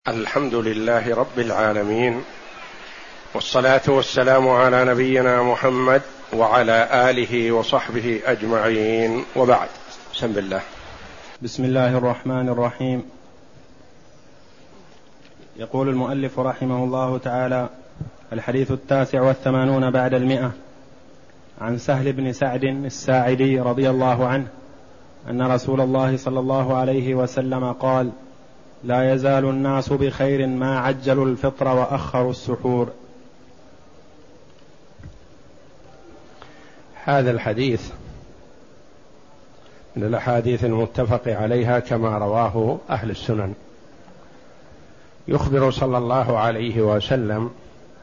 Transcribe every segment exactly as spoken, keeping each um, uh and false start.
الحمد لله رب العالمين، والصلاة والسلام على نبينا محمد وعلى آله وصحبه أجمعين، وبعد. بسم الله. بسم الله الرحمن الرحيم. يقول المؤلف رحمه الله تعالى: الحديث التاسع والثمانون بعد المئة، عن سهل بن سعد الساعدي رضي الله عنه أن رسول الله صلى الله عليه وسلم قال: لا يزال الناس بخير ما عجلوا الفطر وأخروا السحور. هذا الحديث من الأحاديث المتفق عليها كما رواه أهل السنن. يخبر صلى الله عليه وسلم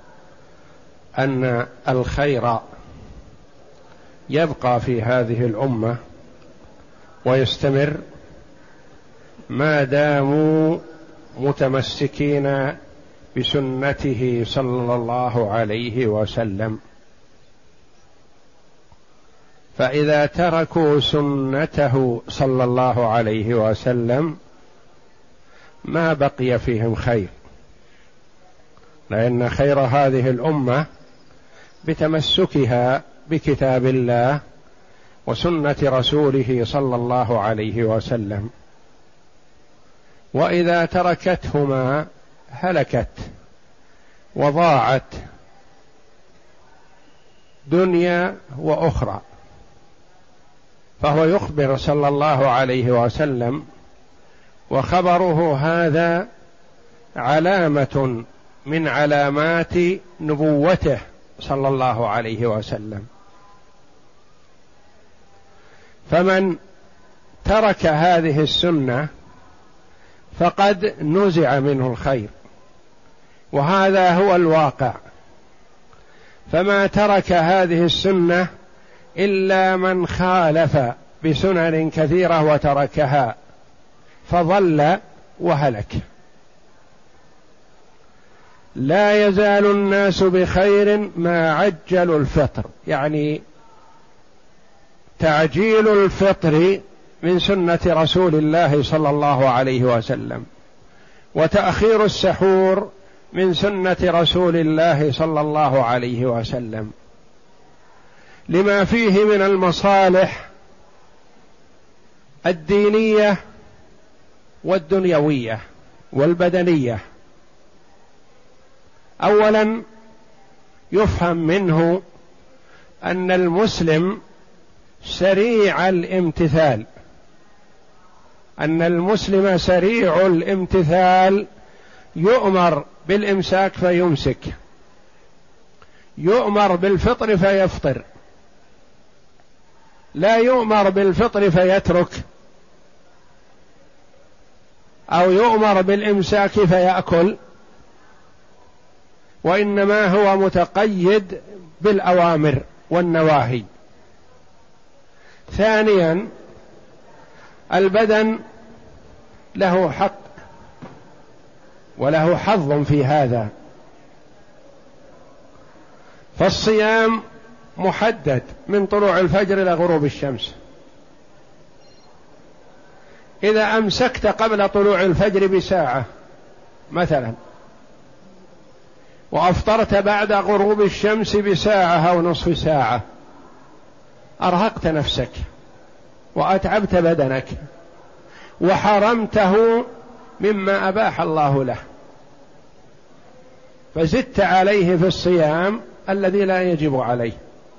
أن الخير يبقى في هذه الأمة ويستمر ما داموا متمسكين بسنته صلى الله عليه وسلم، فإذا تركوا سنته صلى الله عليه وسلم ما بقي فيهم خير، لأن خير هذه الأمة بتمسكها بكتاب الله وسنة رسوله صلى الله عليه وسلم، وإذا تركتهما هلكت وضاعت دنيا وأخرى. فهو يخبر صلى الله عليه وسلم، وخبره هذا علامة من علامات نبوته صلى الله عليه وسلم. فمن ترك هذه السنة فقد نزع منه الخير، وهذا هو الواقع. فما ترك هذه السنة إلا من خالف بسنن كثيرة وتركها فضل وهلك. لا يزال الناس بخير ما عجلوا الفطر، يعني تعجيل الفطر من سنة رسول الله صلى الله عليه وسلم، وتأخير السحور من سنة رسول الله صلى الله عليه وسلم، لما فيه من المصالح الدينية والدنيوية والبدنية. أولا يفهم منه أن المسلم سريع الامتثال، أن المسلم سريع الامتثال، يؤمر بالإمساك فيمسك، يؤمر بالفطر فيفطر، لا يؤمر بالفطر فيترك، أو يؤمر بالإمساك فيأكل، وإنما هو متقيد بالأوامر والنواهي. ثانيا البدن له حق وله حظ في هذا، فالصيام محدد من طلوع الفجر إلى غروب الشمس. إذا أمسكت قبل طلوع الفجر بساعة مثلا، وأفطرت بعد غروب الشمس بساعة أو نصف ساعة، أرهقت نفسك وأتعبت بدنك وحرمته مما أباح الله له، فزدت عليه في الصيام الذي لا يجب عليه،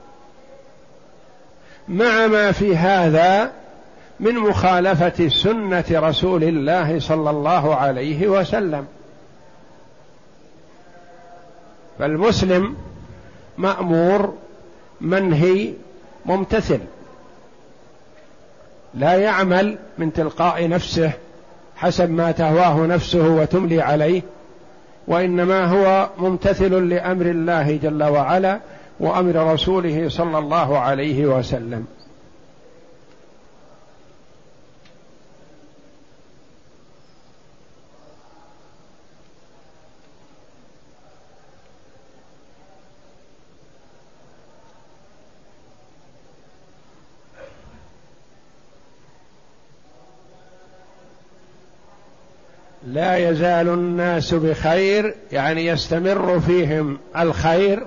مع ما في هذا من مخالفة سنة رسول الله صلى الله عليه وسلم. فالمسلم مأمور منهي ممتثل، لا يعمل من تلقاء نفسه حسب ما تهواه نفسه وتملي عليه، وإنما هو ممتثل لأمر الله جل وعلا وأمر رسوله صلى الله عليه وسلم. لا يزال الناس بخير يعني يستمر فيهم الخير،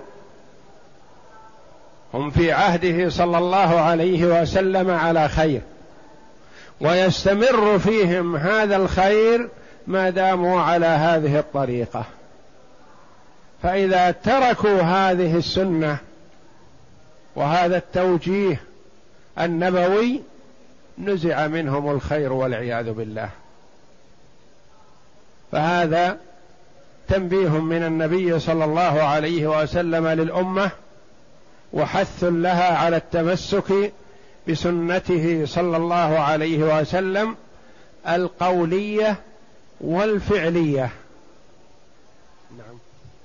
هم في عهده صلى الله عليه وسلم على خير، ويستمر فيهم هذا الخير ما داموا على هذه الطريقة. فإذا تركوا هذه السنة وهذا التوجيه النبوي نزع منهم الخير والعياذ بالله. فهذا تنبيه من النبي صلى الله عليه وسلم للأمة، وحث لها على التمسك بسنته صلى الله عليه وسلم القولية والفعلية. نعم.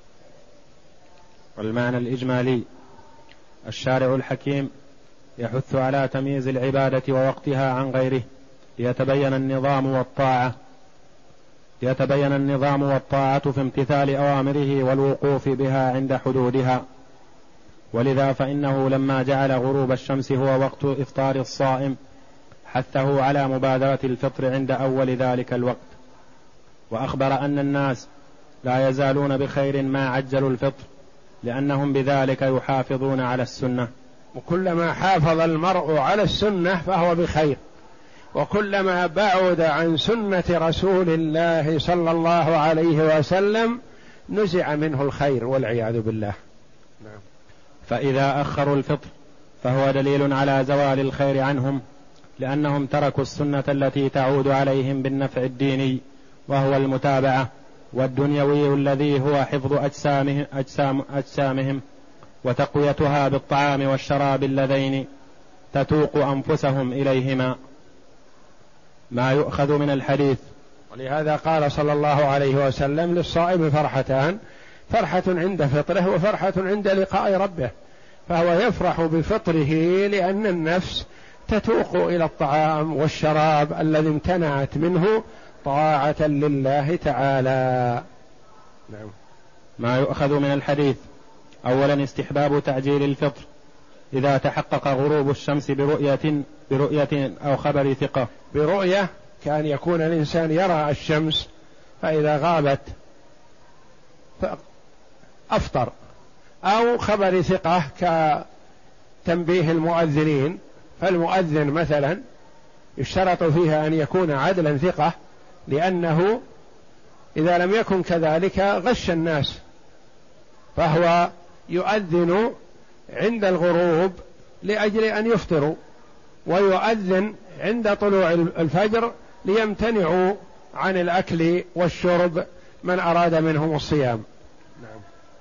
والمعنى الإجمالي: الشارع الحكيم يحث على تمييز العبادة ووقتها عن غيره ليتبين النظام والطاعة ليتبين النظام والطاعة في امتثال أوامره والوقوف بها عند حدودها. ولذا فإنه لما جعل غروب الشمس هو وقت إفطار الصائم حثه على مبادرة الفطر عند أول ذلك الوقت، وأخبر أن الناس لا يزالون بخير ما عجلوا الفطر، لأنهم بذلك يحافظون على السنة. وكلما حافظ المرء على السنة فهو بخير، وكلما بعد عن سنة رسول الله صلى الله عليه وسلم نزع منه الخير والعياذ بالله. نعم. فإذا أخروا الفطر فهو دليل على زوال الخير عنهم، لأنهم تركوا السنة التي تعود عليهم بالنفع الديني، وهو المتابعة، والدنيوي الذي هو حفظ أجسامهم, أجسام أجسامهم وتقويتها بالطعام والشراب اللذين تتوق أنفسهم إليهما. ما يؤخذ من الحديث. ولهذا قال صلى الله عليه وسلم: للصائم فرحتان، فرحة عند فطره وفرحة عند لقاء ربه. فهو يفرح بفطره لأن النفس تتوق إلى الطعام والشراب الذي امتنعت منه طاعة لله تعالى. نعم. ما يؤخذ من الحديث: أولا استحباب تعجيل الفطر إذا تحقق غروب الشمس برؤية برؤية أو خبر ثقة. برؤية كان يكون الإنسان يرى الشمس، فإذا غابت فأفطر، أو خبر ثقة كتنبيه المؤذنين، فالمؤذن مثلا يشترط فيها أن يكون عدلا ثقة، لأنه إذا لم يكن كذلك غش الناس، فهو يؤذن عند الغروب لأجل أن يفطروا، ويؤذن عند طلوع الفجر ليمتنعوا عن الأكل والشرب من أراد منهم الصيام. نعم.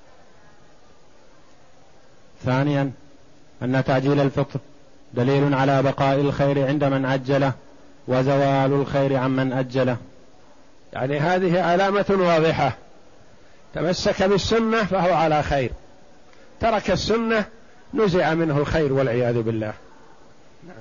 ثانيا أن تعجيل الفطر دليل على بقاء الخير عند من عجله وزوال الخير عمن أجله. يعني هذه علامة واضحة: تمسك بالسنة فهو على خير، ترك السنة نزع منه الخير والعياذ بالله. نعم.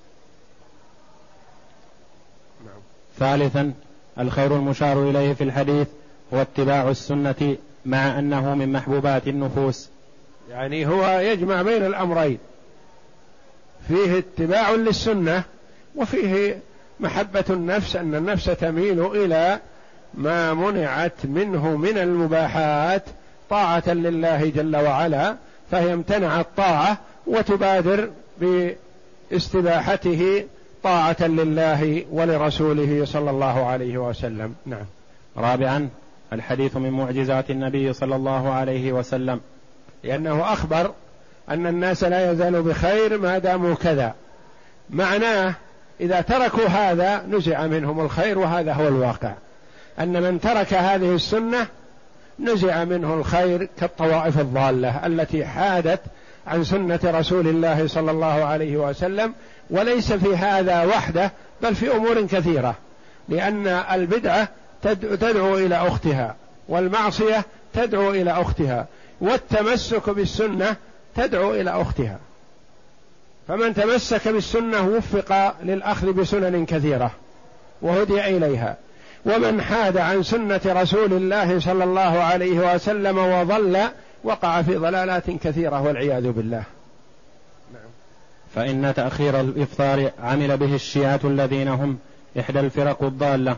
نعم. ثالثا الخير المشار إليه في الحديث هو اتباع السنة، مع أنه من محبوبات النفوس. يعني هو يجمع بين الأمرين، فيه اتباع للسنة وفيه محبة النفس، أن النفس تميل إلى ما منعت منه من المباحات طاعة لله جل وعلا، فهي امتنع الطاعة وتبادر باستباحته طاعة لله ولرسوله صلى الله عليه وسلم. نعم. رابعا الحديث من معجزات النبي صلى الله عليه وسلم، لأنه أخبر أن الناس لا يزالوا بخير ما داموا كذا، معناه إذا تركوا هذا نزع منهم الخير، وهذا هو الواقع، أن من ترك هذه السنة نزع منه الخير، كالطوائف الضالة التي حادت عن سنة رسول الله صلى الله عليه وسلم. وليس في هذا وحده، بل في أمور كثيرة، لأن البدعة تدعو إلى أختها، والمعصية تدعو إلى أختها، والتمسك بالسنة تدعو إلى أختها. فمن تمسك بالسنة وفق للأخذ بسنن كثيرة وهدي إليها، ومن حاد عن سنة رسول الله صلى الله عليه وسلم وضل وقع في ضلالات كثيرة والعياذ بالله. نعم. فإن تأخير الإفطار عمل به الشيعة الذين هم إحدى الفرق الضالة،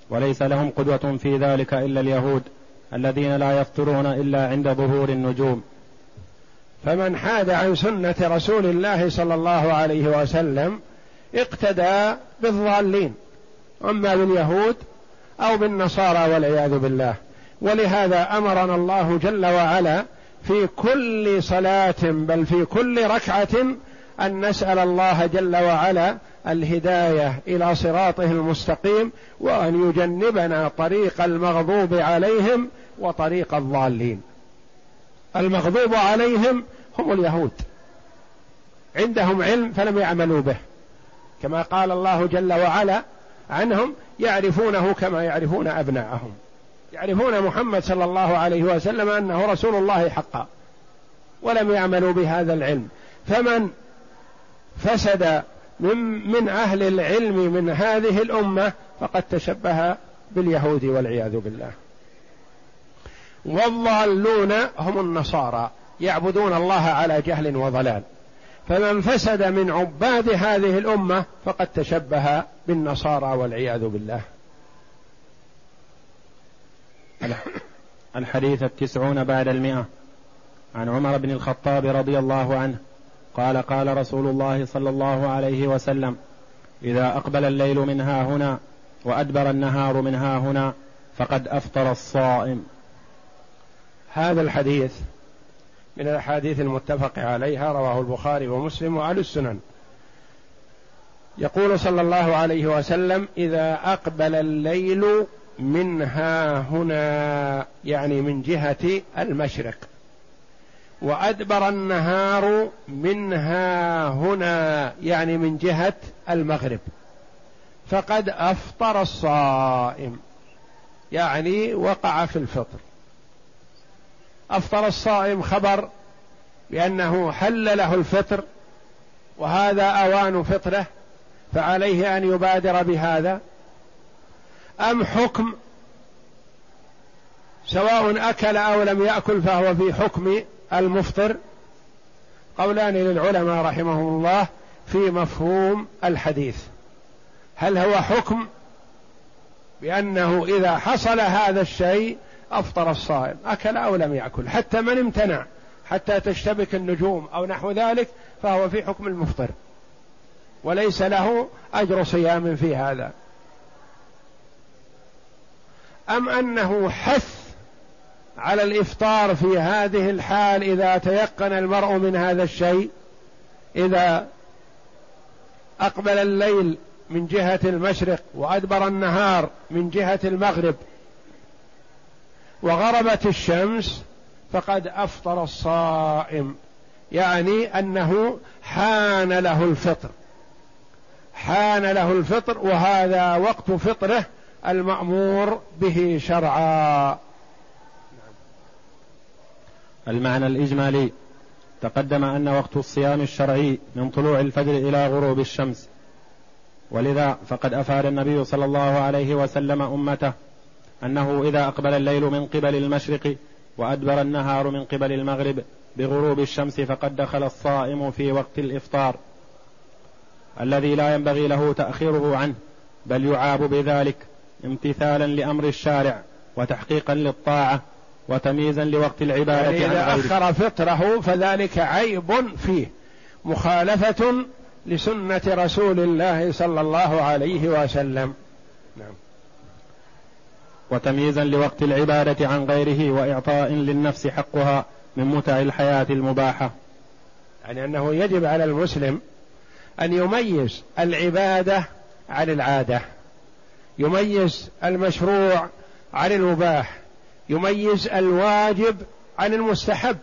وليس لهم قدوة في ذلك إلا اليهود الذين لا يفطرون إلا عند ظهور النجوم. فمن حاد عن سنة رسول الله صلى الله عليه وسلم اقتدى بالضالين، أما باليهود أو بالنصارى والعياذ بالله. ولهذا أمرنا الله جل وعلا في كل صلاة بل في كل ركعة أن نسأل الله جل وعلا الهداية إلى صراطه المستقيم، وأن يجنبنا طريق المغضوب عليهم وطريق الضالين. المغضوب عليهم هم اليهود، عندهم علم فلم يعملوا به، كما قال الله جل وعلا عنهم: يعرفونه كما يعرفون أبناءهم. يعرفون محمد صلى الله عليه وسلم أنه رسول الله حقا، ولم يعملوا بهذا العلم. فمن فسد من, من أهل العلم من هذه الأمة فقد تشبه باليهود والعياذ بالله. والضالون هم النصارى، يعبدون الله على جهل وضلال. فمن فسد من عباد هذه الأمة فقد تشبه بالنصارى والعياذ بالله. الحديث التسعون بعد المئة. عن عمر بن الخطاب رضي الله عنه قال: قال رسول الله صلى الله عليه وسلم: إذا أقبل الليل من ها هنا وأدبر النهار من ها هنا فقد أفطر الصائم. هذا الحديث من الأحاديث المتفق عليها، رواه البخاري ومسلم وأهل السنن. يقول صلى الله عليه وسلم: إذا أقبل الليل من ها هنا، يعني من جهة المشرق، وأدبر النهار من ها هنا، يعني من جهة المغرب، فقد أفطر الصائم، يعني وقع في الفطر. أفطر الصائم خبر بأنه حل له الفطر، وهذا أوان فطره، فعليه أن يبادر بهذا، أم حكم سواء أكل أو لم يأكل فهو في حكم المفطر؟ قولان للعلماء رحمهم الله في مفهوم الحديث. هل هو حكم بأنه إذا حصل هذا الشيء أفطر الصائم، أكل أو لم يأكل، حتى من امتنع حتى تشتبك النجوم أو نحو ذلك فهو في حكم المفطر وليس له أجر صيام في هذا؟ أم أنه حث على الإفطار في هذه الحال إذا تيقن المرء من هذا الشيء؟ إذا أقبل الليل من جهة المشرق وأدبر النهار من جهة المغرب وغربت الشمس فقد أفطر الصائم، يعني أنه حان له الفطر، حان له الفطر، وهذا وقت فطره المأمور به شرعا. المعنى الإجمالي: تقدم أن وقت الصيام الشرعي من طلوع الفجر إلى غروب الشمس، ولذا فقد أفاد النبي صلى الله عليه وسلم أمته أنه إذا أقبل الليل من قبل المشرق وأدبر النهار من قبل المغرب بغروب الشمس فقد دخل الصائم في وقت الإفطار الذي لا ينبغي له تأخيره عنه، بل يعاب بذلك امتثالا لأمر الشارع وتحقيقا للطاعة وتمييزا لوقت العبادة. يعني إذا أخر فطره فذلك عيب فيه، مخالفة لسنة رسول الله صلى الله عليه وسلم. نعم. وتمييزا لوقت العبادة عن غيره، وإعطاء للنفس حقها من متع الحياة المباحة. يعني أنه يجب على المسلم أن يميز العبادة عن العادة، يميز المشروع عن المباح، يميز الواجب عن المستحب.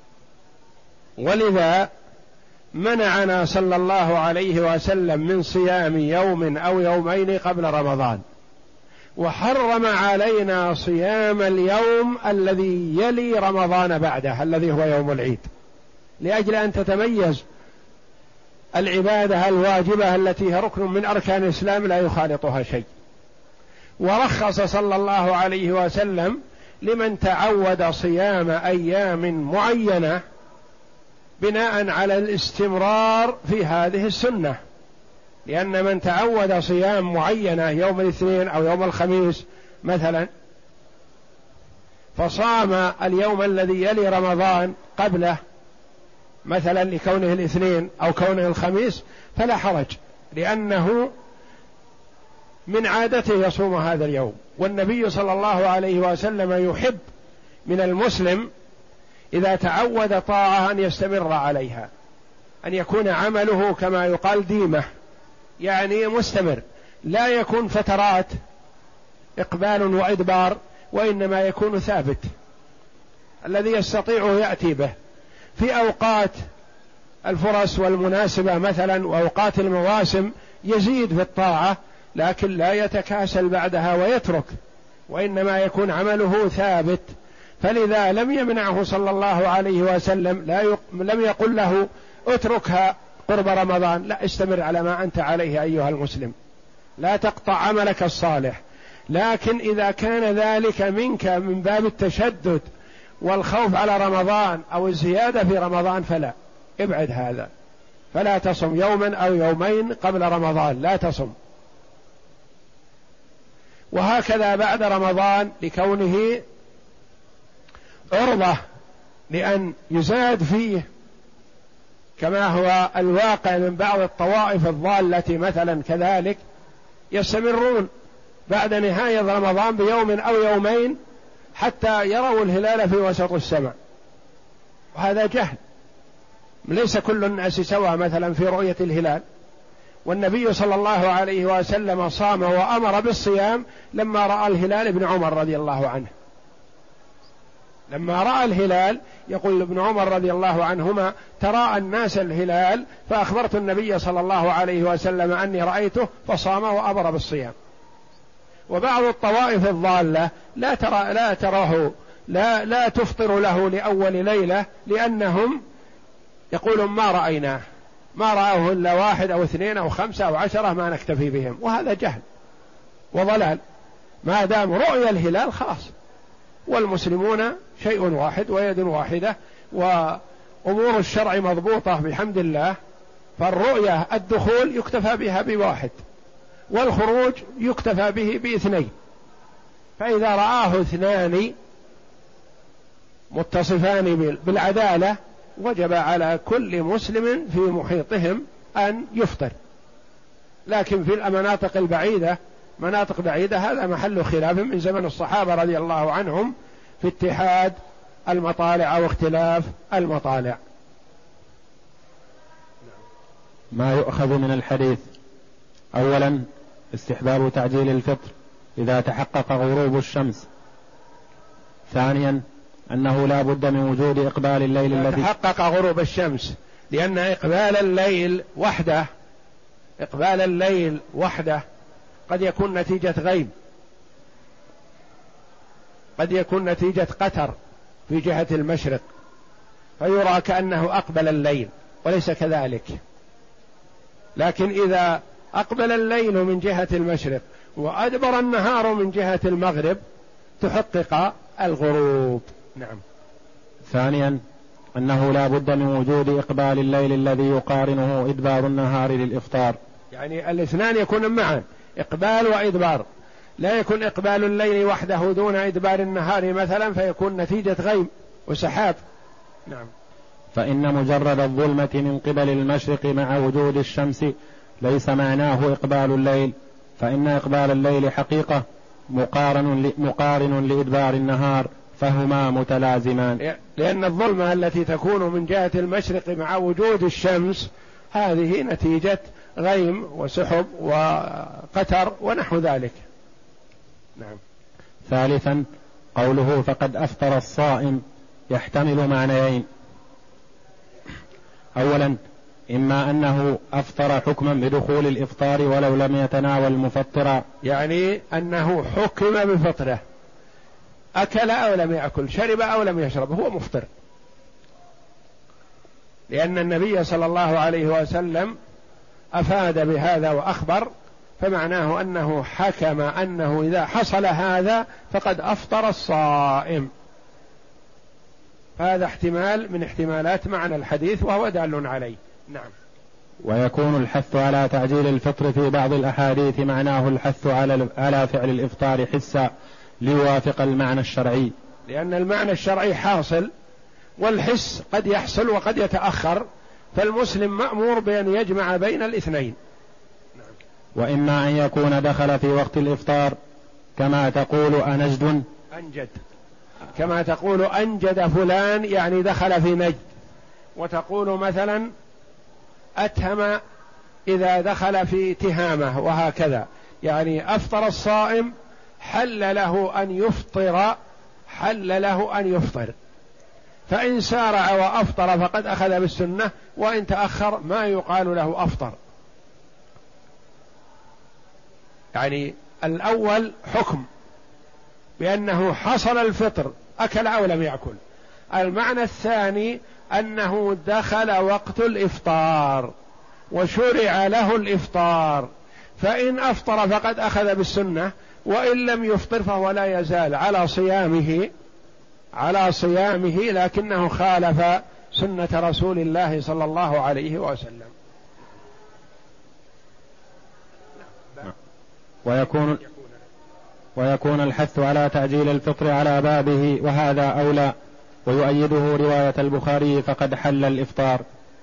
ولذا منعنا صلى الله عليه وسلم من صيام يوم أو يومين قبل رمضان، وحرم علينا صيام اليوم الذي يلي رمضان بعده الذي هو يوم العيد، لأجل أن تتميز العبادة الواجبة التي هي ركن من أركان الإسلام لا يخالطها شيء. ورخص صلى الله عليه وسلم لمن تعود صيام أيام معينة بناء على الاستمرار في هذه السنة، لأن من تعود صيام معينة يوم الاثنين أو يوم الخميس مثلا، فصام اليوم الذي يلي رمضان قبله مثلا لكونه الاثنين أو كونه الخميس، فلا حرج، لأنه من عادته يصوم هذا اليوم. والنبي صلى الله عليه وسلم يحب من المسلم إذا تعود طاعة أن يستمر عليها، أن يكون عمله كما يقال ديمة، يعني مستمر، لا يكون فترات إقبال وإدبار، وإنما يكون ثابت الذي يستطيع يأتي به في أوقات الفرص والمناسبة مثلا وأوقات المواسم، يزيد في الطاعة لكن لا يتكاسل بعدها ويترك، وإنما يكون عمله ثابت. فلذا لم يمنعه صلى الله عليه وسلم، لا يق... لم يقل له اتركها قرب رمضان، لا، استمر على ما أنت عليه أيها المسلم، لا تقطع عملك الصالح. لكن إذا كان ذلك منك من باب التشدد والخوف على رمضان أو الزيادة في رمضان فلا، ابعد هذا، فلا تصم يوما أو يومين قبل رمضان، لا تصم. وهكذا بعد رمضان لكونه عرضة لأن يزاد فيه، كما هو الواقع من بعض الطوائف الضالة مثلا كذلك، يستمرون بعد نهاية رمضان بيوم أو يومين حتى يروا الهلال في وسط السماء، وهذا جهل. ليس كل الناس سواء مثلا في رؤية الهلال، والنبي صلى الله عليه وسلم صام وأمر بالصيام لما رأى الهلال ابن عمر رضي الله عنه، لما رأى الهلال يقول ابن عمر رضي الله عنهما: تراءى الناس الهلال فأخبرت النبي صلى الله عليه وسلم أني رأيته فصام وأمر بالصيام. وبعض الطوائف الضالة لا ترى لا تراه لا لا تفطر له لأول ليلة، لأنهم يقولون ما رأيناه، ما رأوه إلا واحد أو اثنين أو خمسة أو عشرة، ما نكتفي بهم، وهذا جهل وضلال. ما دام رؤيا الهلال خلاص، والمسلمون شيء واحد ويد واحدة، وأمور الشرع مضبوطة بحمد الله. فالرؤيا الدخول يكتفى بها بواحد، والخروج يكتفى به باثنين، فإذا رآه اثنان متصفان بالعدالة وجب على كل مسلم في محيطهم أن يفطر. لكن في المناطق البعيدة، مناطق بعيدة، هذا محل خلاف من زمن الصحابة رضي الله عنهم في اتحاد المطالع أو اختلاف المطالع. ما يؤخذ من الحديث: أولا استحباب تعجيل الفطر إذا تحقق غروب الشمس. ثانيا أنه لا بد من وجود إقبال الليل الذي تحقق غروب الشمس، لأن إقبال الليل وحده إقبال الليل وحده قد يكون نتيجة غيب، قد يكون نتيجة قتر في جهة المشرق فيرى كأنه أقبل الليل وليس كذلك. لكن إذا أقبل الليل من جهة المشرق وأدبر النهار من جهة المغرب تحقق الغروب. نعم. ثانيا أنه لا بد من وجود إقبال الليل الذي يقارنه إدبار النهار للإفطار، يعني الاثنان يكون معا، إقبال وإدبار، لا يكون إقبال الليل وحده دون إدبار النهار مثلا فيكون نتيجة غيم وسحاب. نعم. فإن مجرد الظلمة من قبل المشرق مع وجود الشمس ليس معناه إقبال الليل، فإن إقبال الليل حقيقة مقارن مقارن لإدبار النهار، فهما متلازمان. لأن الظلمة التي تكون من جهة المشرق مع وجود الشمس هذه نتيجة غيم وسحب وقتر ونحو ذلك. نعم. ثالثا قوله فقد أفطر الصائم يحتمل معنيين: أولا إما أنه أفطر حكما بدخول الإفطار ولو لم يتناول مفطرا، يعني أنه حكم بفطره، أكل أو لم يأكل، شرب أو لم يشرب، هو مفطر، لأن النبي صلى الله عليه وسلم أفاد بهذا وأخبر، فمعناه أنه حكم أنه إذا حصل هذا فقد أفطر الصائم. هذا احتمال من احتمالات معنى الحديث وهو دال عليه. نعم. ويكون الحث على تعجيل الفطر في بعض الأحاديث معناه الحث على على فعل الإفطار حسا ليوافق المعنى الشرعي، لأن المعنى الشرعي حاصل والحس قد يحصل وقد يتأخر، فالمسلم مأمور بأن يجمع بين الاثنين. وإما أن يكون دخل في وقت الإفطار كما تقول أنجد أنجد كما تقول أنجد فلان يعني دخل في نجد، وتقول مثلا أتهم إذا دخل في تهامة، وهكذا يعني أفطر الصائم حل له أن يفطر حل له أن يفطر، فإن سارع وأفطر فقد أخذ بالسنة، وإن تأخر ما يقال له أفطر. يعني الأول حكم بأنه حصل الفطر أكل أو لم يأكل، المعنى الثاني أنه دخل وقت الإفطار وشرع له الإفطار، فإن أفطر فقد أخذ بالسنة، وإن لم يفطر فهو لا يزال على صيامه على صيامه لكنه خالف سنة رسول الله صلى الله عليه وسلم. ويكون ويكون الحث على تعجيل الفطر على بابه، وهذا أولى، ويؤيده رواية البخاري فقد حل الإفطار.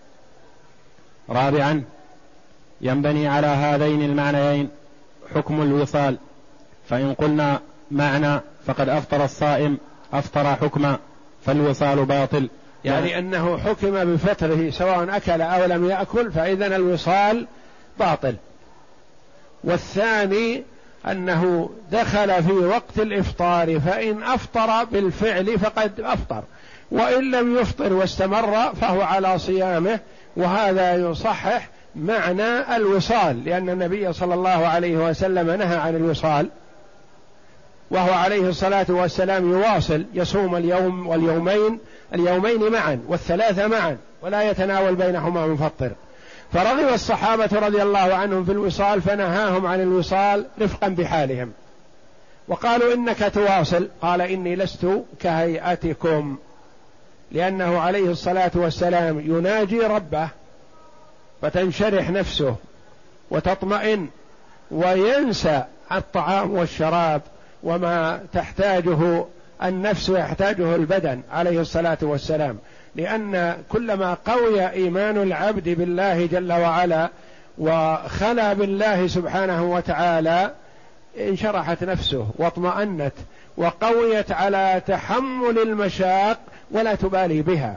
رابعا، ينبني على هذين المعنيين حكم الوصال، فإن قلنا معنى فقد أفطر الصائم أفطر حكما فالوصال باطل، يعني أنه حكم بفطره سواء أكل أو لم يأكل، فإذن الوصال باطل. والثاني أنه دخل في وقت الإفطار، فإن أفطر بالفعل فقد أفطر، وإن لم يفطر واستمر فهو على صيامه، وهذا يصحح معنى الوصال، لأن النبي صلى الله عليه وسلم نهى عن الوصال، وهو عليه الصلاة والسلام يواصل يصوم اليوم واليومين اليومين معا والثلاثة معا ولا يتناول بينهما مفطر، فرغب الصحابة رضي الله عنهم في الوصال فنهاهم عن الوصال رفقا بحالهم، وقالوا إنك تواصل، قال إني لست كهيئتكم، لأنه عليه الصلاة والسلام يناجي ربه فتنشرح نفسه وتطمئن وينسى الطعام والشراب وما تحتاجه النفس ويحتاجه البدن عليه الصلاة والسلام، لأن كلما قوي إيمان العبد بالله جل وعلا وخلى بالله سبحانه وتعالى انشرحت نفسه واطمأنت وقويت على تحمل المشاق ولا تبالي بها.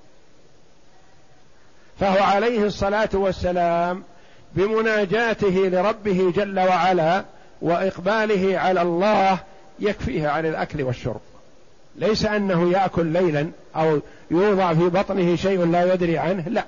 فهو عليه الصلاة والسلام بمناجاته لربه جل وعلا وإقباله على الله يكفيه عن الأكل والشرب، ليس أنه يأكل ليلا أو يوضع في بطنه شيء لا يدري عنه، لا.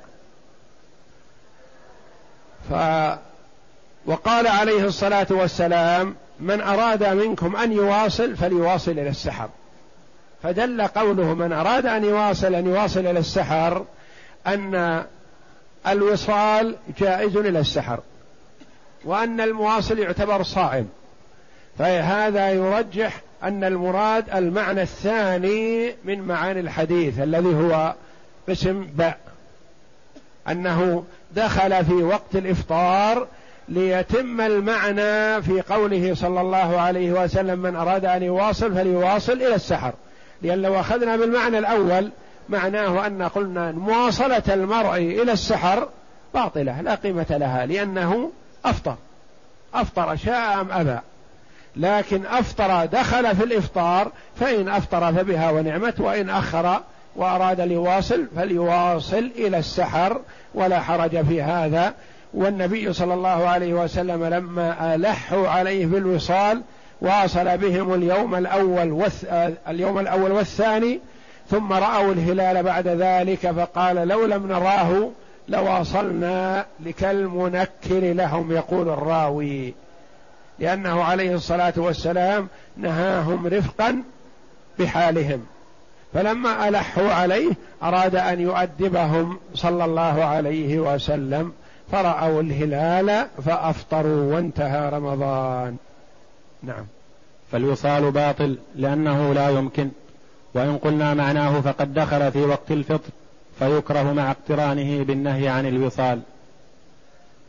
ف وقال عليه الصلاة والسلام من أراد منكم أن يواصل فليواصل إلى السحر، فدل قوله من أراد أن يواصل أن يواصل إلى السحر أن الوصال جائز إلى السحر، وأن المواصل يعتبر صائم، فهذا يرجح أن المراد المعنى الثاني من معاني الحديث الذي هو قسم باء، أنه دخل في وقت الإفطار ليتم المعنى في قوله صلى الله عليه وسلم من أراد أن يواصل فليواصل إلى السحر، لأن لو أخذنا بالمعنى الأول معناه أن قلنا مواصلة المرء إلى السحر باطلة لا قيمة لها، لأنه أفطر أفطر شاء أم أبى، لكن أفطر دخل في الإفطار، فإن أفطر فبها ونعمت، وإن أخر وأراد ليواصل فليواصل إلى السحر ولا حرج في هذا. والنبي صلى الله عليه وسلم لما ألحوا عليه بالوصال واصل بهم اليوم الأول والث... اليوم الأول والثاني، ثم رأوا الهلال بعد ذلك فقال لو لم نراه لواصلنا لكالمنكر لهم يقول الراوي، لأنه عليه الصلاة والسلام نهاهم رفقا بحالهم، فلما ألحوا عليه أراد أن يؤدبهم صلى الله عليه وسلم، فرأوا الهلال فأفطروا وانتهى رمضان. نعم. فالوصال باطل لأنه لا يمكن، وإن قلنا معناه فقد دخل في وقت الفطر فيكره مع اقترانه بالنهي عن الوصال.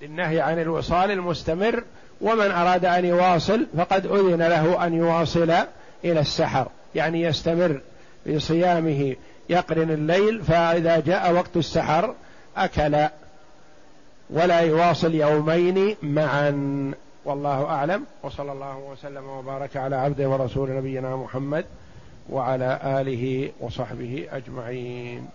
للنهي عن الوصال المستمر، ومن أراد أن يواصل فقد أذن له أن يواصل إلى السحر، يعني يستمر في صيامه يقرن الليل، فإذا جاء وقت السحر أكل، ولا يواصل يومين معا. والله أعلم، وصلى الله وسلم وبارك على عبده ورسول نبينا محمد وعلى آله وصحبه أجمعين.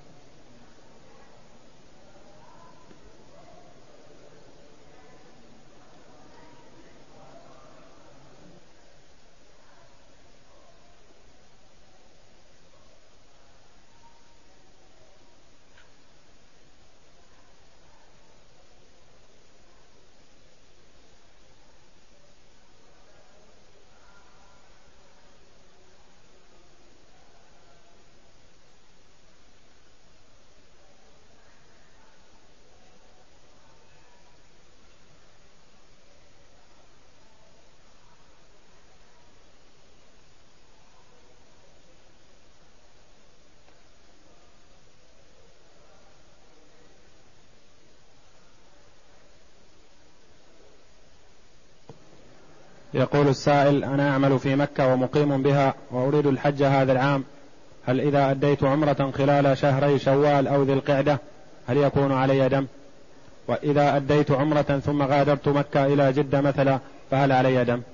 يقول السائل: أنا أعمل في مكة ومقيم بها وأريد الحج هذا العام، هل إذا أديت عمرة خلال شهري شوال أو ذي القعدة هل يكون علي دم؟ وإذا أديت عمرة ثم غادرت مكة إلى جدة مثلا فهل علي دم؟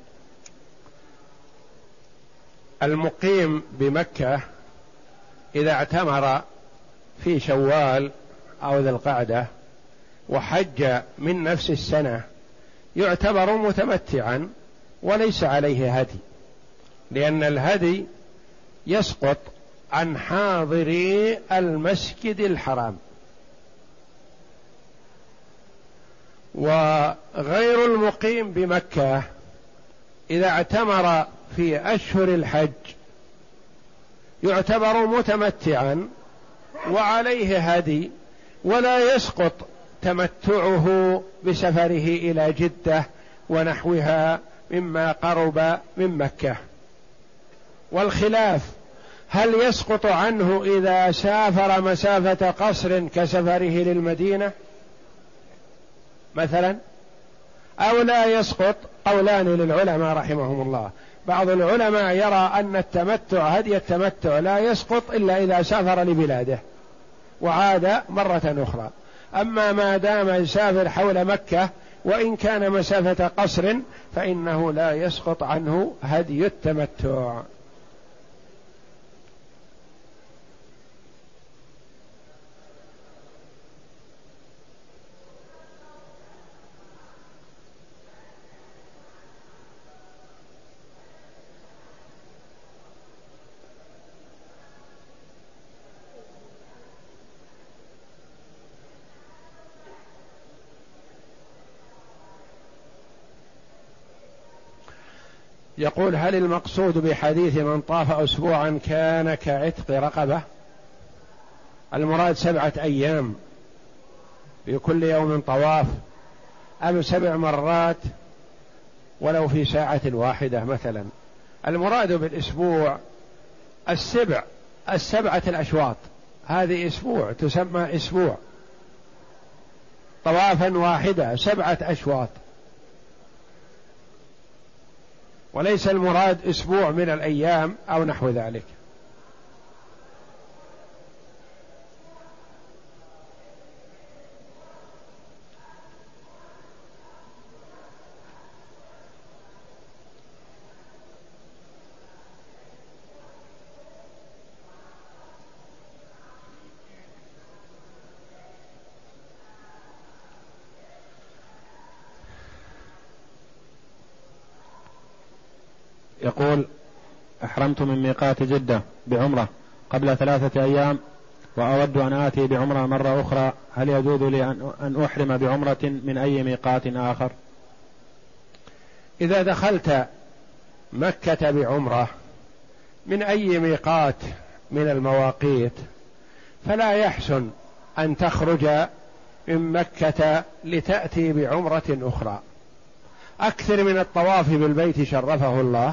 المقيم بمكة إذا اعتمر في شوال أو ذي القعدة وحج من نفس السنة يعتبر متمتعا وليس عليه هدي، لأن الهدي يسقط عن حاضري المسجد الحرام، وغير المقيم بمكة إذا اعتمر في أشهر الحج يعتبر متمتعا وعليه هدي، ولا يسقط تمتعه بسفره إلى جدة ونحوها مما قرب من مكة. والخلاف هل يسقط عنه إذا سافر مسافة قصر كسفره للمدينة مثلا أو لا يسقط؟ قولان للعلماء رحمهم الله. بعض العلماء يرى أن التمتع هدي التمتع لا يسقط إلا إذا سافر لبلاده وعاد مرة أخرى، أما ما دام يسافر حول مكة وإن كان مسافة قصر فإنه لا يسقط عنه هدي التمتع. يقول: هل المقصود بحديث من طاف أسبوعا كان كعتق رقبة؟ المراد سبعة أيام في كل يوم طواف، أم سبع مرات ولو في ساعة واحدة مثلا؟ المراد بالأسبوع السبع السبعة الأشواط، هذه أسبوع تسمى أسبوع، طوافا واحدة سبعة أشواط، وليس المراد أسبوع من الأيام أو نحو ذلك. يقول: أحرمت من ميقات جدة بعمرة قبل ثلاثة أيام وأود أن آتي بعمرة مرة أخرى، هل يجوز لي أن أحرم بعمرة من أي ميقات آخر؟ إذا دخلت مكة بعمرة من أي ميقات من المواقيت فلا يحسن أن تخرج من مكة لتأتي بعمرة أخرى. أكثر من الطواف بالبيت شرفه الله،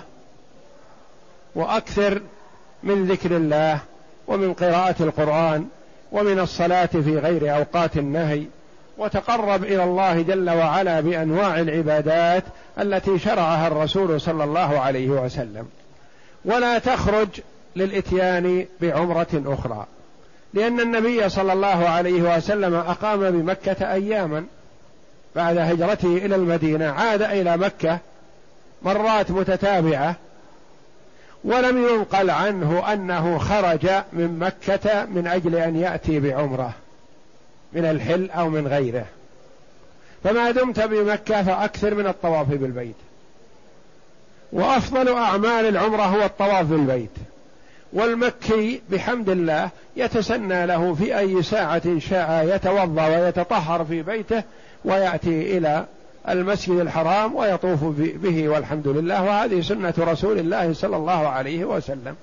وأكثر من ذكر الله ومن قراءة القرآن ومن الصلاة في غير أوقات النهي وتقرب إلى الله جل وعلا بأنواع العبادات التي شرعها الرسول صلى الله عليه وسلم، ولا تخرج للإتيان بعمرة أخرى، لأن النبي صلى الله عليه وسلم أقام بمكة أياما بعد هجرته إلى المدينة، عاد إلى مكة مرات متتابعة، ولم ينقل عنه أنه خرج من مكة من أجل أن يأتي بعمرة من الحل أو من غيره. فما دمت بمكة فأكثر من الطواف بالبيت، وأفضل أعمال العمرة هو الطواف بالبيت. والمكي بحمد الله يتسنى له في أي ساعة شاء يتوضأ ويتطهر في بيته ويأتي إلى المسجد الحرام ويطوف به والحمد لله، وهذه سنة رسول الله صلى الله عليه وسلم.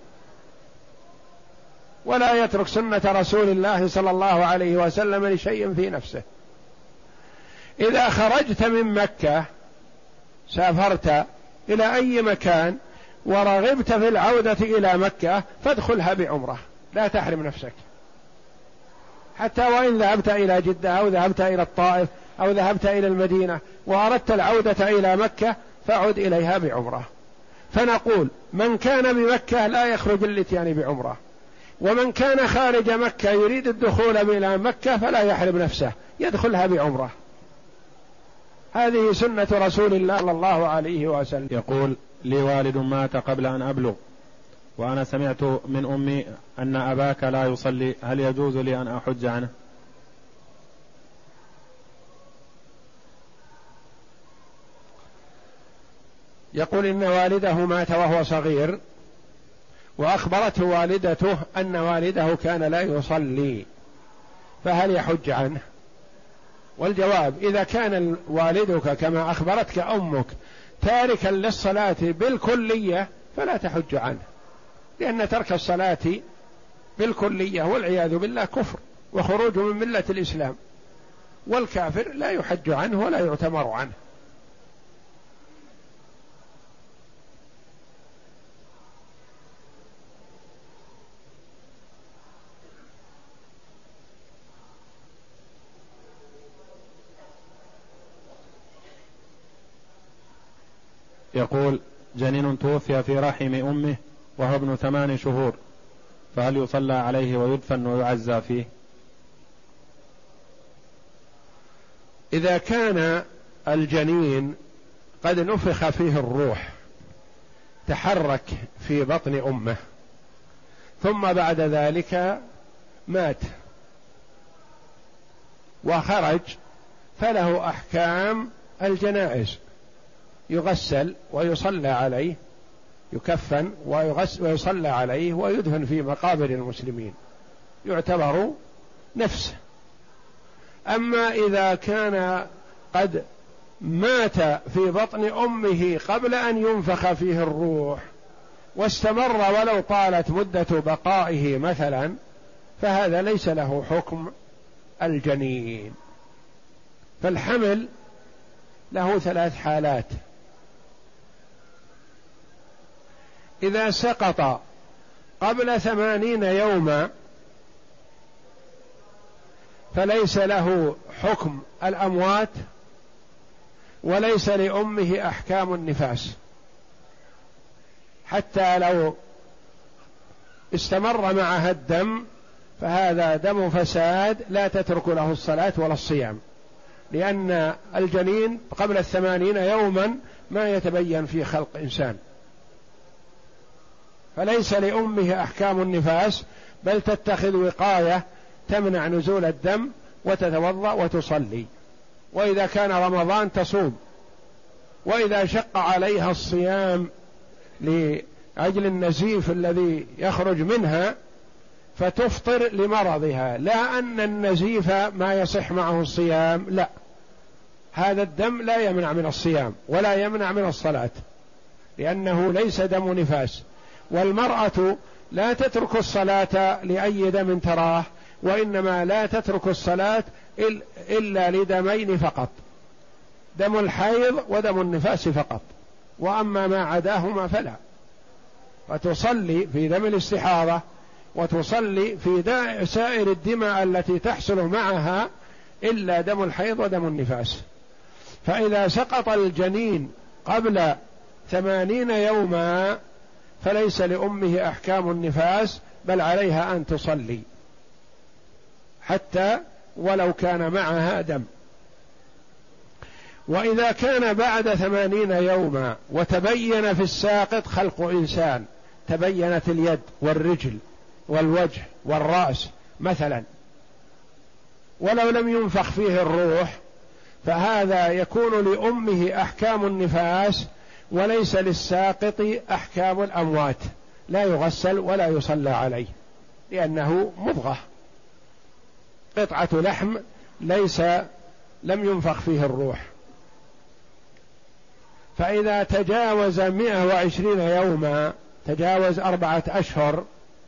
ولا يترك سنة رسول الله صلى الله عليه وسلم لشيء في نفسه. إذا خرجت من مكة سافرت إلى أي مكان ورغبت في العودة إلى مكة فادخلها بعمرة، لا تحرم نفسك، حتى وإن ذهبت إلى جدة أو ذهبت إلى الطائف أو ذهبت إلى المدينة وأردت العودة إلى مكة فعد إليها بعمرة. فنقول من كان بمكة لا يخرج للإتيان بعمرة، ومن كان خارج مكة يريد الدخول إلى مكة فلا يحرم نفسه، يدخلها بعمرة. هذه سنة رسول الله صلى الله عليه وسلم. يقول: لي والد مات قبل أن أبلغ، وأنا سمعت من أمي أن أباك لا يصلي، هل يجوز لي أن أحج عنه؟ يقول إن والده مات وهو صغير، وأخبرته والدته أن والده كان لا يصلي، فهل يحج عنه؟ والجواب: إذا كان والدك كما أخبرتك أمك تاركا للصلاة بالكلية فلا تحج عنه، لأن ترك الصلاة بالكلية والعياذ بالله كفر وخروج من ملة الإسلام، والكافر لا يحج عنه ولا يعتمر عنه. يقول: جنين توفي في رحم أمه وهو ابن ثمان شهور، فهل يصلى عليه ويدفن ويعزى فيه؟ إذا كان الجنين قد نفخ فيه الروح، تحرك في بطن أمه ثم بعد ذلك مات وخرج، فله أحكام الجنائز، يغسل ويصلى عليه، يكفن ويغسل ويصلى عليه ويدفن في مقابر المسلمين، يعتبر نفسه. أما إذا كان قد مات في بطن أمه قبل أن ينفخ فيه الروح واستمر ولو طالت مدة بقائه مثلا، فهذا ليس له حكم الجنين. فالحمل له ثلاث حالات: إذا سقط قبل ثمانين يوما فليس له حكم الأموات وليس لأمه أحكام النفاس، حتى لو استمر معها الدم فهذا دم فساد لا تترك له الصلاة ولا الصيام، لأن الجنين قبل الثمانين يوما ما يتبين في خلق إنسان، فليس لأمه أحكام النفاس، بل تتخذ وقاية تمنع نزول الدم وتتوضأ وتصلي. وإذا كان رمضان تصوم، وإذا شق عليها الصيام لأجل النزيف الذي يخرج منها فتفطر لمرضها، لا أن النزيف ما يصح معه الصيام، لا، هذا الدم لا يمنع من الصيام ولا يمنع من الصلاة، لأنه ليس دم نفاس. والمرأة لا تترك الصلاة لأي دم تراه، وإنما لا تترك الصلاة إلا لدمين فقط، دم الحيض ودم النفاس فقط، وأما ما عداهما فلا. وتصلي في دم الاستحاضة وتصلي في سائر الدماء التي تحصل معها إلا دم الحيض ودم النفاس. فإذا سقط الجنين قبل ثمانين يوما فليس لأمه أحكام النفاس، بل عليها أن تصلي حتى ولو كان معها دم. وإذا كان بعد ثمانين يوما وتبين في الساقط خلق إنسان، تبينت اليد والرجل والوجه والرأس مثلا، ولو لم ينفخ فيه الروح، فهذا يكون لأمه أحكام النفاس وليس للساقط أحكام الأموات، لا يغسل ولا يصلى عليه، لأنه مضغة قطعة لحم ليس لم ينفخ فيه الروح. فإذا تجاوز مئة وعشرين يوما، تجاوز أربعة أشهر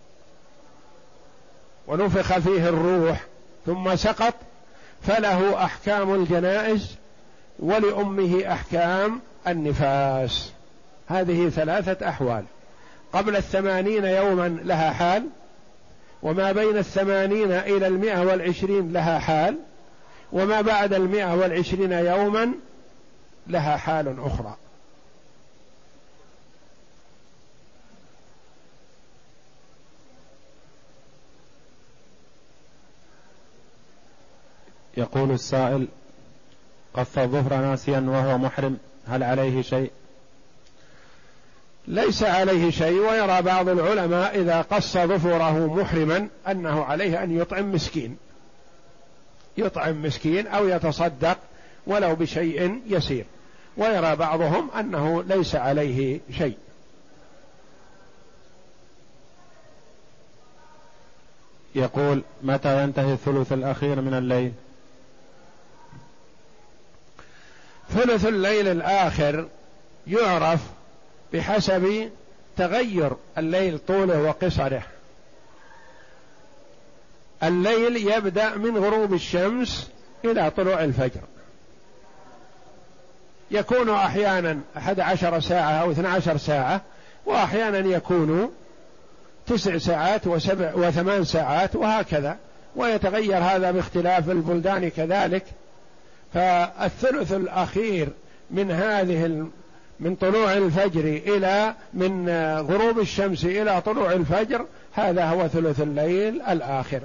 ونفخ فيه الروح ثم سقط، فله أحكام الجنائز ولأمه أحكام النفاس. هذه ثلاثة أحوال: قبل الثمانين يوما لها حال، وما بين الثمانين إلى المئة والعشرين لها حال، وما بعد المئة والعشرين يوما لها حال أخرى. يقول السائل: قص الظهر ناسيا وهو محرم، هل عليه شيء؟ ليس عليه شيء، ويرى بعض العلماء إذا قص ظفره محرما أنه عليه أن يطعم مسكين، يطعم مسكين أو يتصدق ولو بشيء يسير، ويرى بعضهم أنه ليس عليه شيء. يقول: متى ينتهي الثلث الأخير من الليل؟ ثلث الليل الآخر يعرف بحسب تغير الليل طوله وقصره. الليل يبدأ من غروب الشمس إلى طلوع الفجر، يكون أحيانا أحد عشر ساعة أو اثنى عشر ساعة، وأحيانا يكون تسع ساعات وسبع وثمان ساعات وهكذا، ويتغير هذا باختلاف البلدان كذلك. فالثلث الأخير من هذه من طلوع الفجر إلى من غروب الشمس إلى طلوع الفجر، هذا هو ثلث الليل الآخر.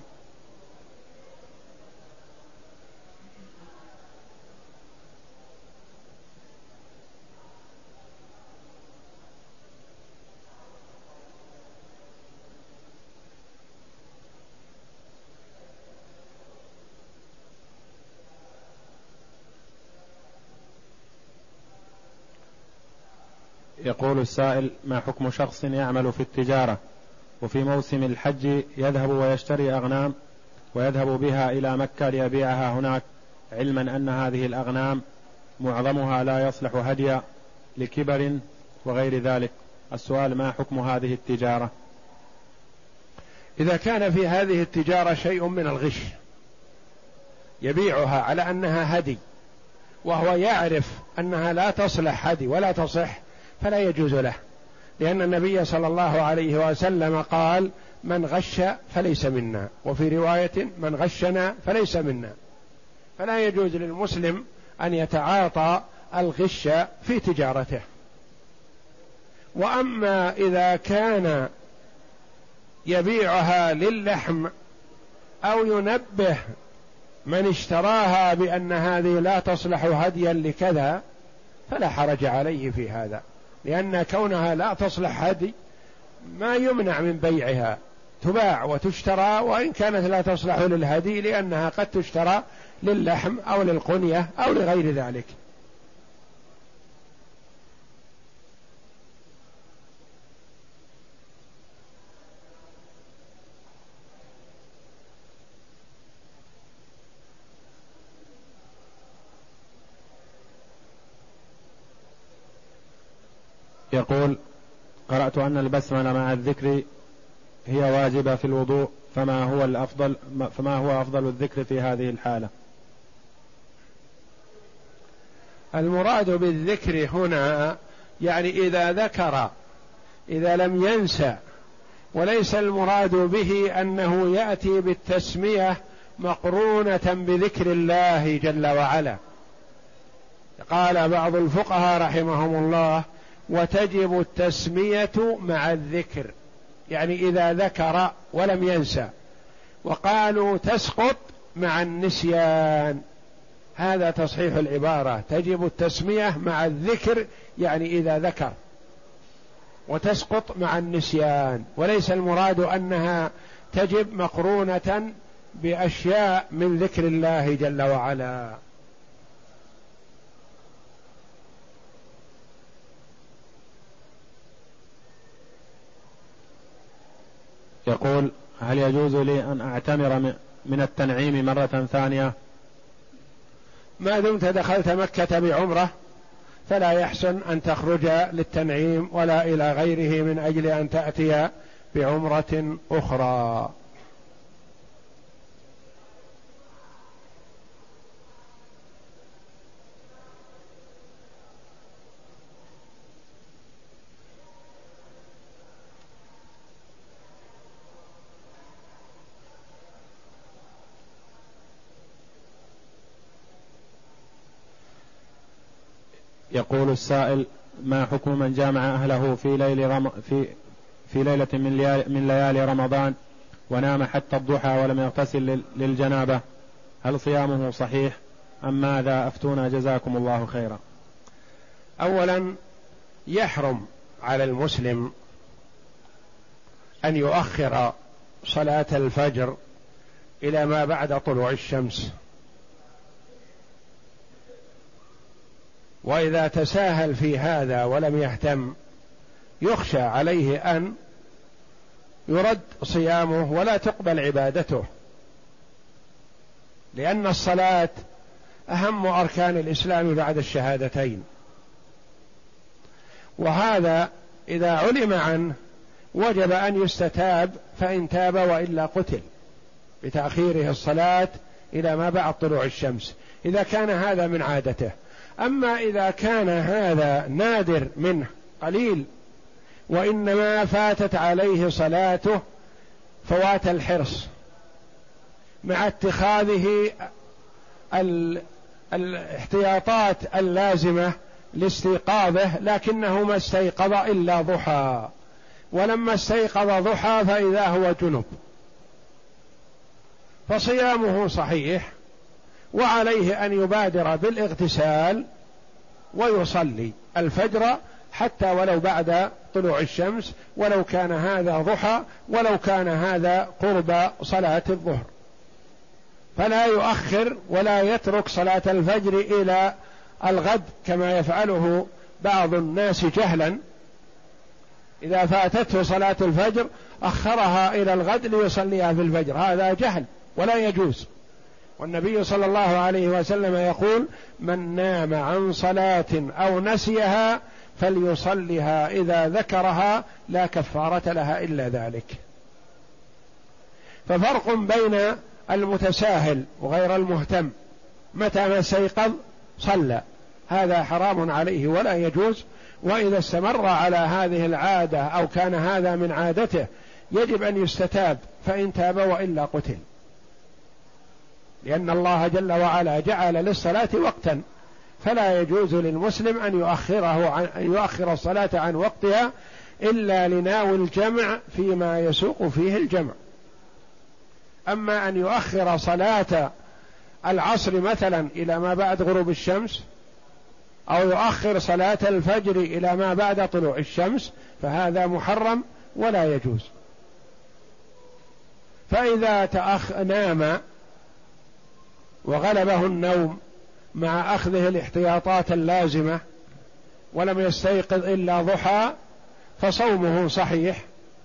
يقول السائل: ما حكم شخص يعمل في التجارة وفي موسم الحج يذهب ويشتري أغنام ويذهب بها إلى مكة ليبيعها هناك، علما أن هذه الأغنام معظمها لا يصلح هديا لكبر وغير ذلك؟ السؤال: ما حكم هذه التجارة؟ إذا كان في هذه التجارة شيء من الغش، يبيعها على أنها هدي وهو يعرف أنها لا تصلح هدي ولا تصح، فلا يجوز له، لأن النبي صلى الله عليه وسلم قال: من غش فليس منا، وفي رواية: من غشنا فليس منا. فلا يجوز للمسلم أن يتعاطى الغش في تجارته. وأما إذا كان يبيعها للحم أو ينبه من اشتراها بأن هذه لا تصلح هديا لكذا، فلا حرج عليه في هذا، لأن كونها لا تصلح هدي ما يمنع من بيعها، تباع وتشترى، وإن كانت لا تصلح للهدي لأنها قد تشترى للحم أو للقنية أو لغير ذلك. يقول: قرأت أن البسملة مع الذكر هي واجبة في الوضوء، فما هو الأفضل فما هو أفضل الذكر في هذه الحالة؟ المراد بالذكر هنا يعني إذا ذكر، إذا لم ينسى، وليس المراد به أنه يأتي بالتسمية مقرونة بذكر الله جل وعلا. قال بعض الفقهاء رحمهم الله: وتجب التسمية مع الذكر، يعني إذا ذكر ولم ينسى. وقالوا تسقط مع النسيان، هذا تصحيح العبارة، تجب التسمية مع الذكر يعني إذا ذكر، وتسقط مع النسيان، وليس المراد أنها تجب مقرونة بأشياء من ذكر الله جل وعلا. يقول: هل يجوز لي أن أعتمر من التنعيم مرة ثانية؟ ما دمت دخلت مكة بعمرة فلا يحسن أن تخرج للتنعيم ولا إلى غيره من أجل أن تأتي بعمرة أخرى. يقول السائل: ما حكم من جامع أهله في ليل رم... في في ليلة من ليالي, من ليالي رمضان ونام حتى الضحى ولم يغتسل لل... للجنابة، هل صيامه صحيح أم ماذا؟ أفتونا جزاكم الله خيرا. أولا، يحرم على المسلم أن يؤخر صلاة الفجر إلى ما بعد طلوع الشمس، وإذا تساهل في هذا ولم يهتم يخشى عليه أن يرد صيامه ولا تقبل عبادته، لأن الصلاة أهم أركان الإسلام بعد الشهادتين، وهذا إذا علم عنه وجب أن يستتاب، فإن تاب وإلا قتل بتأخيره الصلاة إلى ما بعد طلوع الشمس إذا كان هذا من عادته. أما إذا كان هذا نادر منه قليل وإنما فاتت عليه صلاته فوات الحرص مع اتخاذه الاحتياطات اللازمة لاستيقاظه، لكنه ما استيقظ إلا ضحى، ولما استيقظ ضحى فإذا هو جنب، فصيامه صحيح، وعليه أن يبادر بالاغتسال ويصلي الفجر حتى ولو بعد طلوع الشمس، ولو كان هذا ضحى، ولو كان هذا قرب صلاة الظهر، فلا يؤخر ولا يترك صلاة الفجر إلى الغد كما يفعله بعض الناس جهلا، إذا فاتته صلاة الفجر أخرها إلى الغد ليصليها في الفجر، هذا جهل ولا يجوز. والنبي صلى الله عليه وسلم يقول: من نام عن صلاة أو نسيها فليصلها إذا ذكرها لا كفارة لها إلا ذلك. ففرق بين المتساهل وغير المهتم، متى ما استيقظ صلى، هذا حرام عليه ولا يجوز، وإذا استمر على هذه العادة أو كان هذا من عادته يجب أن يستتاب، فإن تاب وإلا قتل، لأن الله جل وعلا جعل للصلاة وقتا، فلا يجوز للمسلم أن يؤخره عن أن يؤخر الصلاة عن وقتها إلا لناوي الجمع فيما يسوق فيه الجمع. أما أن يؤخر صلاة العصر مثلا إلى ما بعد غروب الشمس، أو يؤخر صلاة الفجر إلى ما بعد طلوع الشمس، فهذا محرم ولا يجوز. فإذا تأخ نام وغلبه النوم مع أخذه الاحتياطات اللازمة ولم يستيقظ إلا ضحى فصومه صحيح،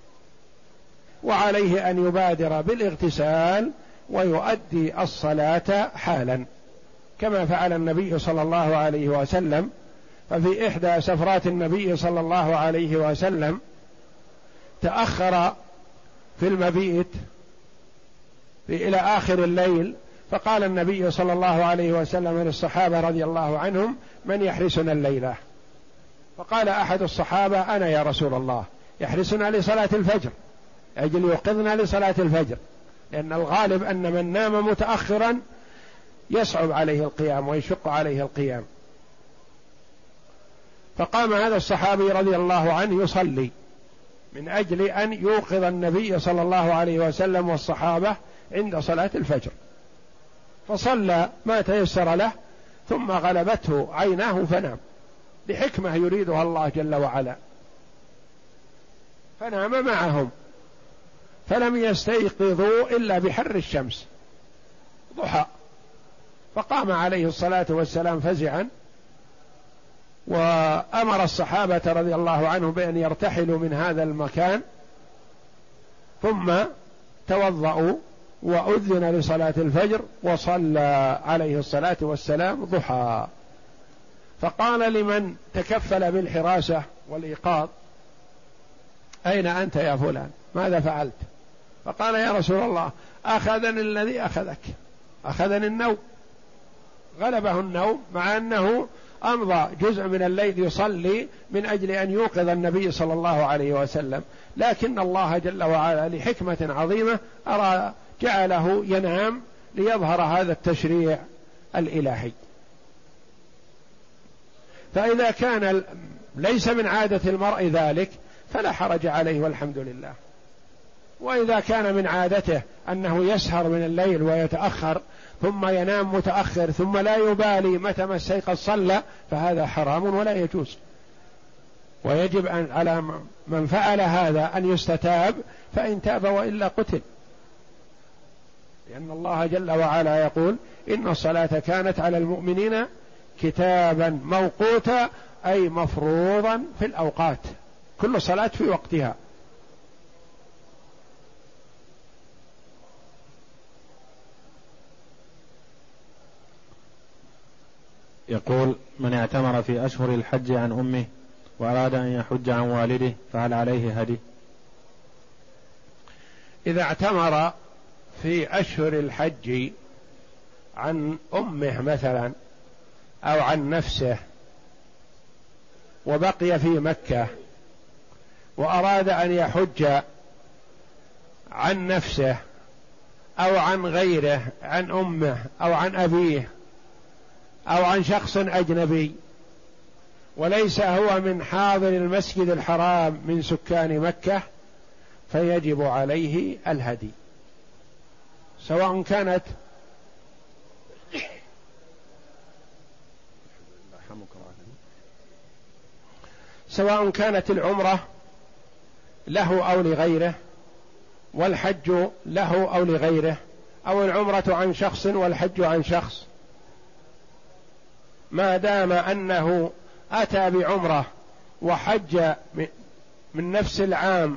وعليه أن يبادر بالاغتسال ويؤدي الصلاة حالا كما فعل النبي صلى الله عليه وسلم. ففي إحدى سفرات النبي صلى الله عليه وسلم تأخر في المبيت إلى آخر الليل، فقال النبي صلى الله عليه وسلم للصحابة رضي الله عنهم: من يحرسنا الليلة؟ فقال أحد الصحابة: أنا يا رسول الله، يحرسنا لصلاة الفجر، أجل يوقظنا لصلاة الفجر، لأن الغالب أن من نام متأخرا يصعب عليه القيام ويشق عليه القيام. فقام هذا الصحابي رضي الله عنه يصلي من أجل أن يوقظ النبي صلى الله عليه وسلم والصحابة عند صلاة الفجر، فصلى ما تيسر له ثم غلبته عيناه فنام لحكمة يريدها الله جل وعلا، فنام معهم فلم يستيقظوا إلا بحر الشمس ضحى. فقام عليه الصلاة والسلام فزعا وأمر الصحابة رضي الله عنهم بأن يرتحلوا من هذا المكان، ثم توضأوا وأذن لصلاة الفجر وصلى عليه الصلاة والسلام ضحى. فقال لمن تكفل بالحراسة والإيقاظ: أين أنت يا فلان؟ ماذا فعلت؟ فقال: يا رسول الله أخذني الذي أخذك، أخذني النوم، غلبه النوم، مع أنه أمضى جزء من الليل يصلي من أجل أن يوقظ النبي صلى الله عليه وسلم، لكن الله جل وعلا لحكمة عظيمة أرى جعله ينام ليظهر هذا التشريع الإلهي. فإذا كان ليس من عادة المرء ذلك فلا حرج عليه والحمد لله، وإذا كان من عادته أنه يسهر من الليل ويتأخر ثم ينام متأخر ثم لا يبالي متى ما استيقظ صلى، فهذا حرام ولا يجوز، ويجب أن على من فعل هذا أن يستتاب، فإن تاب وإلا قتل، لأن الله جل وعلا يقول: إن الصلاة كانت على المؤمنين كتابا موقوتا، أي مفروضا في الأوقات، كل صلاة في وقتها. يقول: من اعتمر في أشهر الحج عن أمه وأراد أن يحج عن والده فهل عليه هدي؟ إذا اعتمر في أشهر الحج عن أمه مثلا أو عن نفسه وبقي في مكة وأراد أن يحج عن نفسه أو عن غيره، عن أمه أو عن أبيه أو عن شخص أجنبي، وليس هو من حاضر المسجد الحرام من سكان مكة، فيجب عليه الهدي، سواء كانت سواء كانت العمرة له أو لغيره، والحج له أو لغيره، أو العمرة عن شخص والحج عن شخص، ما دام أنه أتى بعمرة وحج من نفس العام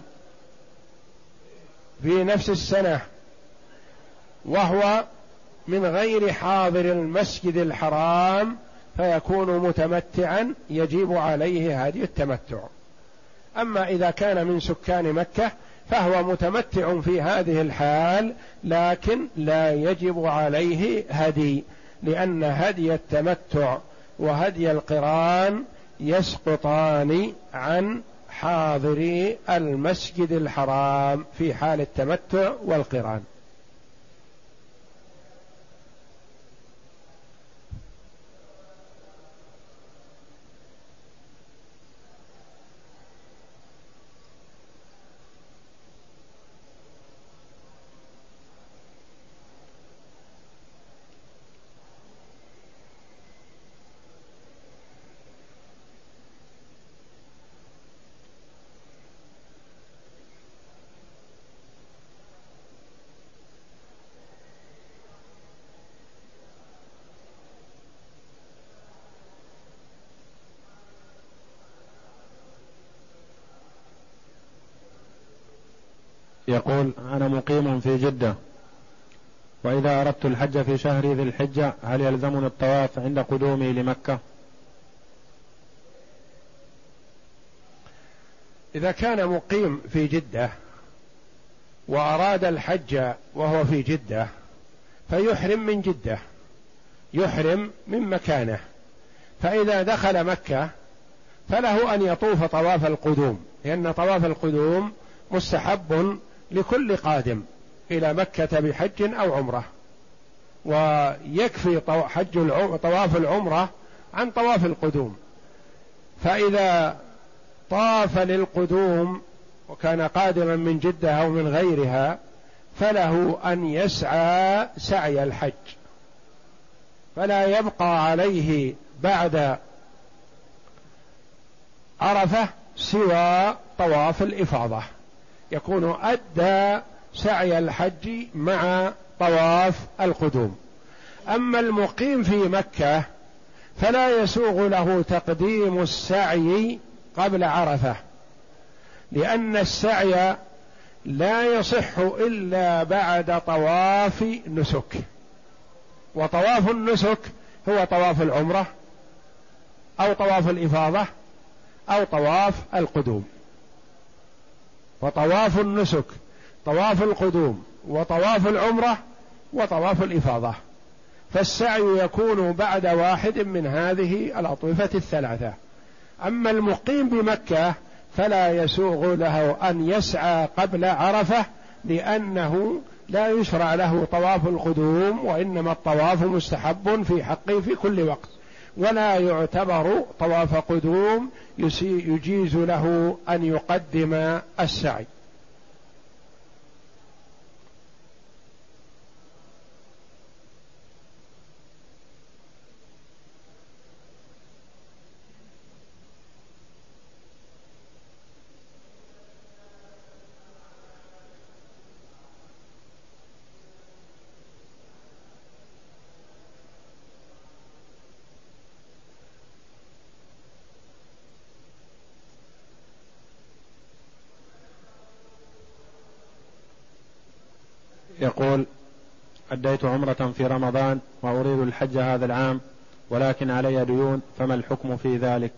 في نفس السنة وهو من غير حاضر المسجد الحرام فيكون متمتعا، يجب عليه هدي التمتع. أما إذا كان من سكان مكة فهو متمتع في هذه الحال، لكن لا يجب عليه هدي، لأن هدي التمتع وهدي القران يسقطان عن حاضري المسجد الحرام في حال التمتع والقران. يقول: أنا مقيم في جدة، وإذا أردت الحج في شهر ذي الحجة هل يلزمني الطواف عند قدومي لمكة؟ إذا كان مقيم في جدة وأراد الحج وهو في جدة فيحرم من جدة، يحرم من مكانه، فإذا دخل مكة فله أن يطوف طواف القدوم، لأن طواف القدوم مستحب لكل قادم، إلى مكة بحج أو عمرة، ويكفي حج طواف العمرة عن طواف القدوم. فإذا طاف للقدوم وكان قادما من جدة أو من غيرها فله أن يسعى سعي الحج، فلا يبقى عليه بعد عرفة سوى طواف الإفاضة، يكون أدى سعي الحج مع طواف القدوم. أما المقيم في مكة فلا يسوغ له تقديم السعي قبل عرفة، لأن السعي لا يصح إلا بعد طواف نسك، وطواف النسك هو طواف العمرة أو طواف الإفاضة أو طواف القدوم. وطواف النسك طواف القدوم وطواف العمرة وطواف الإفاضة، فالسعي يكون بعد واحد من هذه الأطوفة الثلاثة. أما المقيم بمكة فلا يسوغ له أن يسعى قبل عرفة، لأنه لا يشرع له طواف القدوم، وإنما الطواف مستحب في حقه في كل وقت، ولا يعتبر طواف قدوم يجيز له أن يقدم السعي. يقول: أديت عمرة في رمضان وأريد الحج هذا العام ولكن علي ديون، فما الحكم في ذلك؟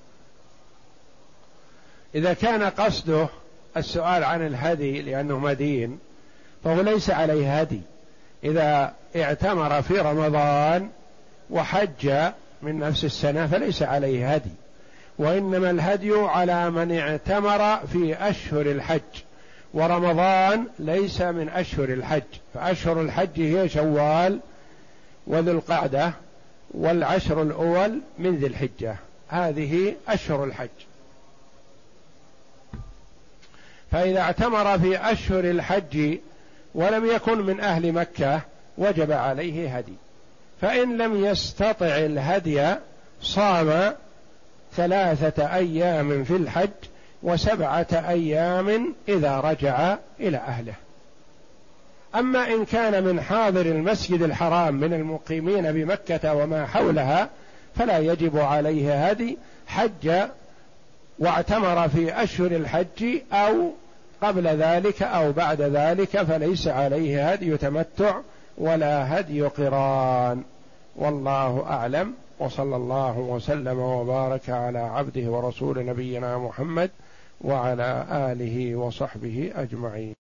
إذا كان قصده السؤال عن الهدي لأنه مدين فهو ليس عليه هدي. إذا اعتمر في رمضان وحج من نفس السنة فليس عليه هدي، وإنما الهدي على من اعتمر في أشهر الحج، ورمضان ليس من أشهر الحج، فأشهر الحج هي شوال وذو القعدة والعشر الأول من ذي الحجة، هذه أشهر الحج. فإذا اعتمر في أشهر الحج ولم يكن من أهل مكة وجب عليه هدي، فإن لم يستطع الهدي صام ثلاثة أيام في الحج وسبعة أيام إذا رجع إلى أهله. أما إن كان من حاضر المسجد الحرام من المقيمين بمكة وما حولها فلا يجب عليه هدي، حج واعتمر في أشهر الحج أو قبل ذلك أو بعد ذلك فليس عليه هدي تمتع ولا هدي قران، والله أعلم. وصلى الله وسلم وبارك على عبده ورسول نبينا محمد وعلى آله وصحبه أجمعين.